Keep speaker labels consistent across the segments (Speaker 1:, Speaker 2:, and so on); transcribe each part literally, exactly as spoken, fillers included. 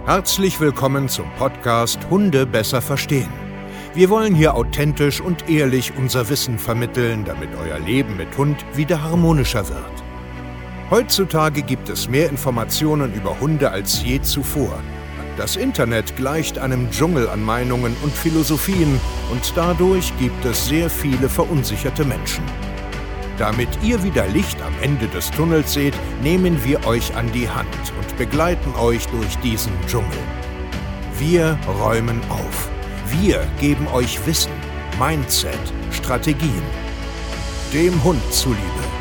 Speaker 1: Herzlich willkommen zum Podcast Hunde besser verstehen. Wir wollen hier authentisch und ehrlich unser Wissen vermitteln, damit euer Leben mit Hund wieder harmonischer wird. Heutzutage gibt es mehr Informationen über Hunde als je zuvor. Das Internet gleicht einem Dschungel an Meinungen und Philosophien und dadurch gibt es sehr viele verunsicherte Menschen. Damit ihr wieder Licht am Ende des Tunnels seht, nehmen wir euch an die Hand und begleiten euch durch diesen Dschungel. Wir räumen auf. Wir geben euch Wissen, Mindset, Strategien. Dem Hund zuliebe.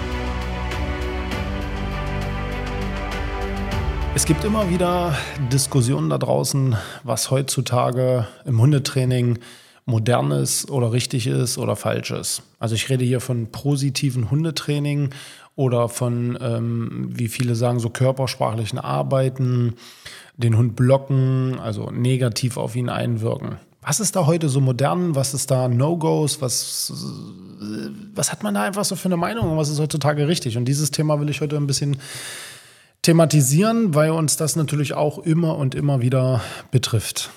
Speaker 2: Es gibt immer wieder Diskussionen da draußen, was heutzutage im Hundetraining modern ist oder richtig ist oder falsch ist. Also ich rede hier von positiven Hundetraining oder von, ähm, wie viele sagen, so körpersprachlichen Arbeiten, den Hund blocken, also negativ auf ihn einwirken. Was ist da heute so modern? Was ist da No-Gos? Was, was hat man da einfach so für eine Meinung und was ist heutzutage richtig? Und dieses Thema will ich heute ein bisschen thematisieren, weil uns das natürlich auch immer und immer wieder betrifft.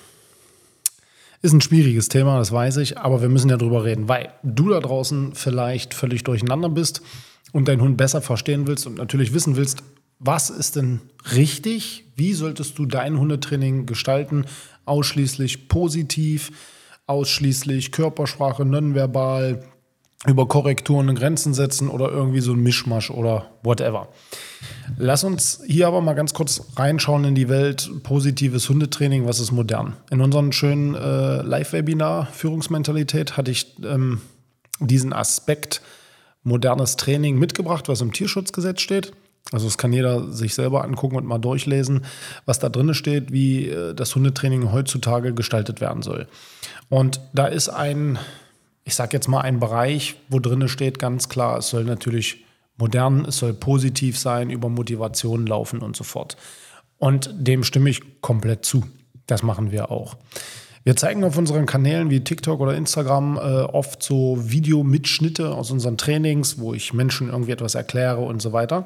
Speaker 2: Ist ein schwieriges Thema, das weiß ich, aber wir müssen ja drüber reden, weil du da draußen vielleicht völlig durcheinander bist und deinen Hund besser verstehen willst und natürlich wissen willst, was ist denn richtig, wie solltest du dein Hundetraining gestalten, ausschließlich positiv, ausschließlich Körpersprache, nonverbal, über Korrekturen und Grenzen setzen oder irgendwie so ein Mischmasch oder whatever. Lass uns hier aber mal ganz kurz reinschauen in die Welt positives Hundetraining, was ist modern. In unserem schönen äh, Live-Webinar Führungsmentalität hatte ich ähm, diesen Aspekt modernes Training mitgebracht, was im Tierschutzgesetz steht. Also das kann jeder sich selber angucken und mal durchlesen, was da drin steht, wie äh, das Hundetraining heutzutage gestaltet werden soll. Und da ist ein, ich sage jetzt mal ein Bereich, wo drin steht ganz klar, es soll natürlich modern, es soll positiv sein, über Motivation laufen und so fort. Und dem stimme ich komplett zu. Das machen wir auch. Wir zeigen auf unseren Kanälen wie TikTok oder Instagram äh, oft so Videomitschnitte aus unseren Trainings, wo ich Menschen irgendwie etwas erkläre und so weiter.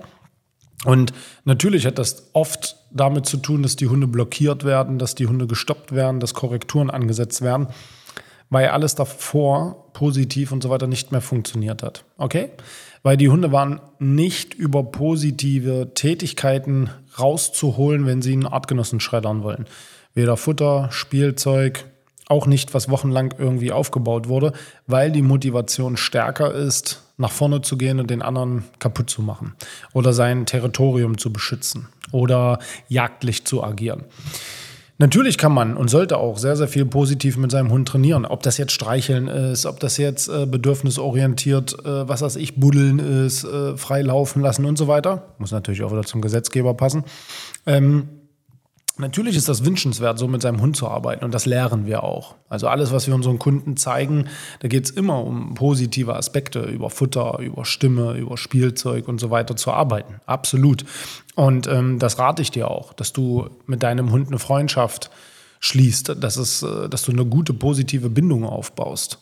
Speaker 2: Und natürlich hat das oft damit zu tun, dass die Hunde blockiert werden, dass die Hunde gestoppt werden, dass Korrekturen angesetzt werden, weil alles davor positiv und so weiter nicht mehr funktioniert hat. Okay? Weil die Hunde waren nicht über positive Tätigkeiten rauszuholen, wenn sie einen Artgenossen schreddern wollen. Weder Futter, Spielzeug, auch nicht, was wochenlang irgendwie aufgebaut wurde, weil die Motivation stärker ist, nach vorne zu gehen und den anderen kaputt zu machen oder sein Territorium zu beschützen oder jagdlich zu agieren. Natürlich kann man und sollte auch sehr, sehr viel positiv mit seinem Hund trainieren. Ob das jetzt Streicheln ist, ob das jetzt äh, bedürfnisorientiert, äh, was weiß ich, Buddeln ist, äh, frei laufen lassen und so weiter. Muss natürlich auch wieder zum Gesetzgeber passen. Ähm, natürlich ist das wünschenswert, so mit seinem Hund zu arbeiten und das lehren wir auch. Also alles, was wir unseren Kunden zeigen, da geht es immer um positive Aspekte, über Futter, über Stimme, über Spielzeug und so weiter zu arbeiten. Absolut. Und ähm, das rate ich dir auch, dass du mit deinem Hund eine Freundschaft schließt, dass, es, äh, dass du eine gute, positive Bindung aufbaust.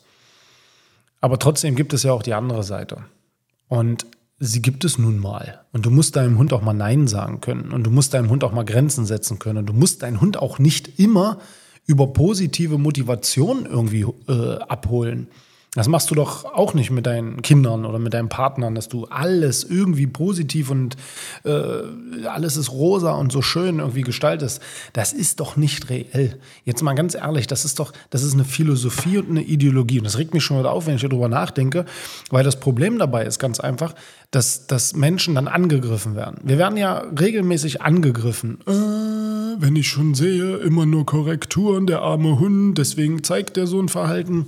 Speaker 2: Aber trotzdem gibt es ja auch die andere Seite. Und sie gibt es nun mal. Und du musst deinem Hund auch mal Nein sagen können. Und du musst deinem Hund auch mal Grenzen setzen können. Und du musst deinen Hund auch nicht immer über positive Motivation irgendwie äh, abholen. Das machst du doch auch nicht mit deinen Kindern oder mit deinen Partnern, dass du alles irgendwie positiv und äh, alles ist rosa und so schön irgendwie gestaltest. Das ist doch nicht reell. Jetzt mal ganz ehrlich, das ist doch, das ist eine Philosophie und eine Ideologie. Und das regt mich schon wieder auf, wenn ich darüber nachdenke, weil das Problem dabei ist ganz einfach, dass, dass Menschen dann angegriffen werden. Wir werden ja regelmäßig angegriffen. Äh, wenn ich schon sehe, immer nur Korrekturen, der arme Hund, deswegen zeigt der so ein Verhalten.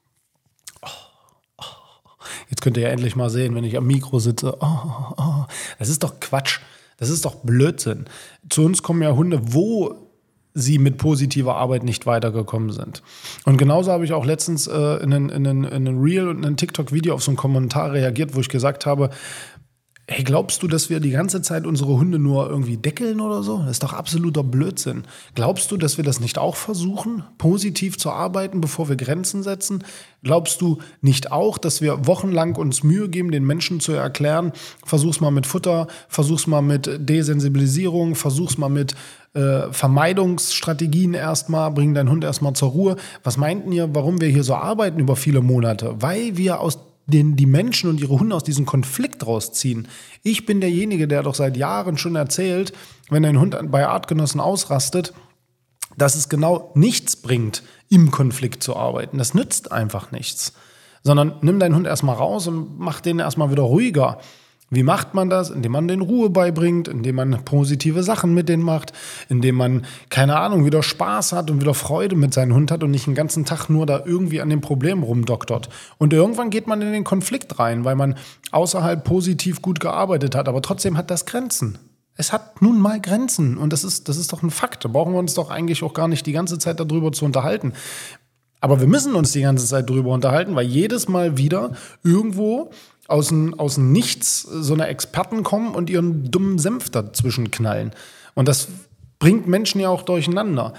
Speaker 2: Jetzt könnt ihr ja endlich mal sehen, wenn ich am Mikro sitze. Oh, oh, oh. Das ist doch Quatsch. Das ist doch Blödsinn. Zu uns kommen ja Hunde, wo sie mit positiver Arbeit nicht weitergekommen sind. Und genauso habe ich auch letztens äh, in einem in in in Reel und in einem TikTok-Video auf so einen Kommentar reagiert, wo ich gesagt habe, Hey, glaubst du, dass wir die ganze Zeit unsere Hunde nur irgendwie deckeln oder so? Das ist doch absoluter Blödsinn. Glaubst du, dass wir das nicht auch versuchen, positiv zu arbeiten, bevor wir Grenzen setzen? Glaubst du nicht auch, dass wir wochenlang uns Mühe geben, den Menschen zu erklären, versuch's mal mit Futter, versuch's mal mit Desensibilisierung, versuch's mal mit äh, Vermeidungsstrategien erstmal, bring deinen Hund erstmal zur Ruhe. Was meinten ihr, warum wir hier so arbeiten über viele Monate? Weil wir aus den die Menschen und ihre Hunde aus diesem Konflikt rausziehen. Ich bin derjenige, der doch seit Jahren schon erzählt, wenn ein Hund bei Artgenossen ausrastet, dass es genau nichts bringt, im Konflikt zu arbeiten. Das nützt einfach nichts. Sondern nimm deinen Hund erstmal raus und mach den erstmal wieder ruhiger. Wie macht man das? Indem man den Ruhe beibringt, indem man positive Sachen mit denen macht, indem man, keine Ahnung, wieder Spaß hat und wieder Freude mit seinem Hund hat und nicht den ganzen Tag nur da irgendwie an dem Problem rumdoktert. Und irgendwann geht man in den Konflikt rein, weil man außerhalb positiv gut gearbeitet hat, aber trotzdem hat das Grenzen. Es hat nun mal Grenzen und das ist, das ist doch ein Fakt. Da brauchen wir uns doch eigentlich auch gar nicht die ganze Zeit darüber zu unterhalten. Aber wir müssen uns die ganze Zeit darüber unterhalten, weil jedes Mal wieder irgendwo aus dem, aus dem Nichts so eine Experten kommen und ihren dummen Senf dazwischen knallen. Und das bringt Menschen ja auch durcheinander.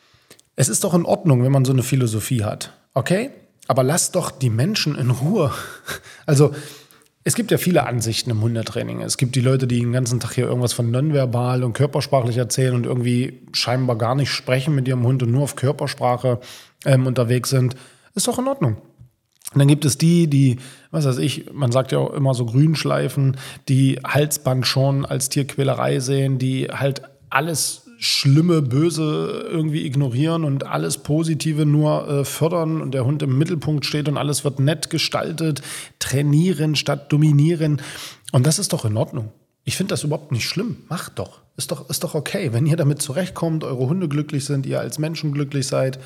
Speaker 2: Es ist doch in Ordnung, wenn man so eine Philosophie hat, okay? Aber lasst doch die Menschen in Ruhe. Also es gibt ja viele Ansichten im Hundetraining. Es gibt die Leute, die den ganzen Tag hier irgendwas von nonverbal und körpersprachlich erzählen und irgendwie scheinbar gar nicht sprechen mit ihrem Hund und nur auf Körpersprache ähm, unterwegs sind. Ist doch in Ordnung. Und dann gibt es die, die, was weiß ich, man sagt ja auch immer so Grünschleifen, die Halsband schon als Tierquälerei sehen, die halt alles Schlimme, Böse irgendwie ignorieren und alles Positive nur äh, fördern und der Hund im Mittelpunkt steht und alles wird nett gestaltet, trainieren statt dominieren. Und das ist doch in Ordnung. Ich finde das überhaupt nicht schlimm. Macht doch. Ist doch, ist doch okay. Wenn ihr damit zurechtkommt, eure Hunde glücklich sind, ihr als Menschen glücklich seid,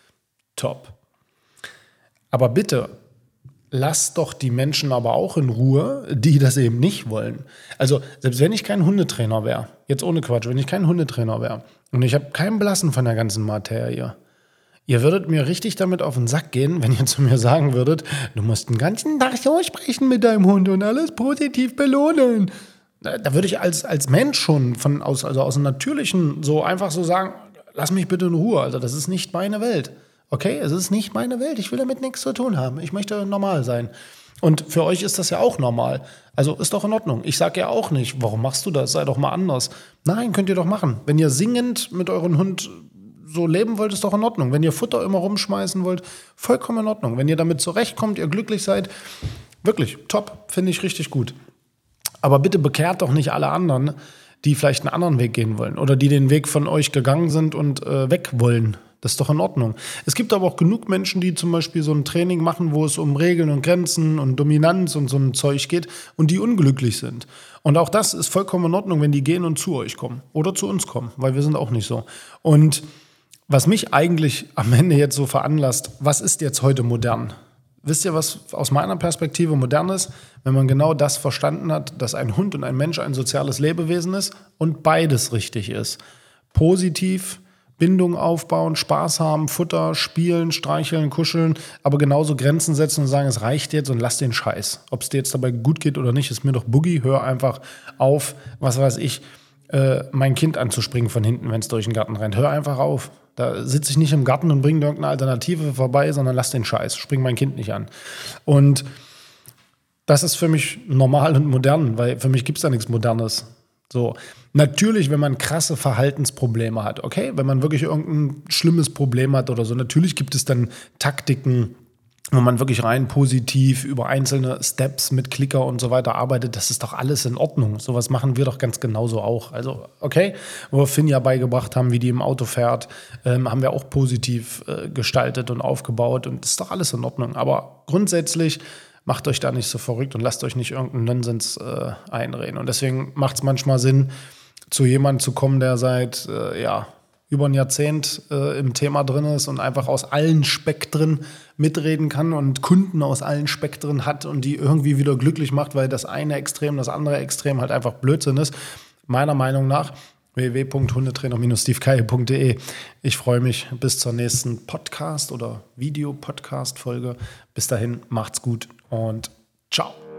Speaker 2: top. Aber bitte, lasst doch die Menschen aber auch in Ruhe, die das eben nicht wollen. Also selbst wenn ich kein Hundetrainer wäre, jetzt ohne Quatsch, wenn ich kein Hundetrainer wäre und ich habe keinen Blassen von der ganzen Materie, ihr würdet mir richtig damit auf den Sack gehen, wenn ihr zu mir sagen würdet, du musst den ganzen Tag so sprechen mit deinem Hund und alles positiv belohnen. Da würde ich als, als Mensch schon von aus, also aus dem Natürlichen so einfach so sagen, lass mich bitte in Ruhe, also das ist nicht meine Welt. Okay, es ist nicht meine Welt, ich will damit nichts zu tun haben. Ich möchte normal sein. Und für euch ist das ja auch normal. Also ist doch in Ordnung. Ich sage ja auch nicht, warum machst du das? Sei doch mal anders. Nein, könnt ihr doch machen. Wenn ihr singend mit eurem Hund so leben wollt, ist doch in Ordnung. Wenn ihr Futter immer rumschmeißen wollt, vollkommen in Ordnung. Wenn ihr damit zurechtkommt, ihr glücklich seid, wirklich top, finde ich richtig gut. Aber bitte bekehrt doch nicht alle anderen, die vielleicht einen anderen Weg gehen wollen oder die den Weg von euch gegangen sind und äh, weg wollen. Das ist doch in Ordnung. Es gibt aber auch genug Menschen, die zum Beispiel so ein Training machen, wo es um Regeln und Grenzen und Dominanz und so ein Zeug geht und die unglücklich sind. Und auch das ist vollkommen in Ordnung, wenn die gehen und zu euch kommen oder zu uns kommen, weil wir sind auch nicht so. Und was mich eigentlich am Ende jetzt so veranlasst, was ist jetzt heute modern? Wisst ihr, was aus meiner Perspektive modern ist? Wenn man genau das verstanden hat, dass ein Hund und ein Mensch ein soziales Lebewesen ist und beides richtig ist. Positiv, Bindung aufbauen, Spaß haben, Futter, spielen, streicheln, kuscheln, aber genauso Grenzen setzen und sagen, es reicht jetzt und lass den Scheiß. Ob es dir jetzt dabei gut geht oder nicht, ist mir doch Boogie. Hör einfach auf, was weiß ich, äh, mein Kind anzuspringen von hinten, wenn es durch den Garten rennt. Hör einfach auf. Da sitze ich nicht im Garten und bringe irgendeine Alternative vorbei, sondern lass den Scheiß. Spring mein Kind nicht an. Und das ist für mich normal und modern, weil für mich gibt es da nichts Modernes. So, natürlich, wenn man krasse Verhaltensprobleme hat, okay, wenn man wirklich irgendein schlimmes Problem hat oder so, natürlich gibt es dann Taktiken, wo man wirklich rein positiv über einzelne Steps mit Klicker und so weiter arbeitet. Das ist doch alles in Ordnung. Sowas machen wir doch ganz genauso auch. Also, okay, wo wir Finn ja beigebracht haben, wie die im Auto fährt, ähm, haben wir auch positiv äh, gestaltet und aufgebaut und das ist doch alles in Ordnung. Aber grundsätzlich macht euch da nicht so verrückt und lasst euch nicht irgendeinen Nonsens äh, einreden. Und deswegen macht es manchmal Sinn, zu jemandem zu kommen, der seit äh, ja, über ein Jahrzehnt äh, im Thema drin ist und einfach aus allen Spektren mitreden kann und Kunden aus allen Spektren hat und die irgendwie wieder glücklich macht, weil das eine Extrem, das andere Extrem halt einfach Blödsinn ist. Meiner Meinung nach w w w punkt hundetrainer Bindestrich steve keil punkt d e. Ich freue mich bis zur nächsten Podcast- oder Video-Podcast-Folge. Bis dahin, macht's gut und ciao.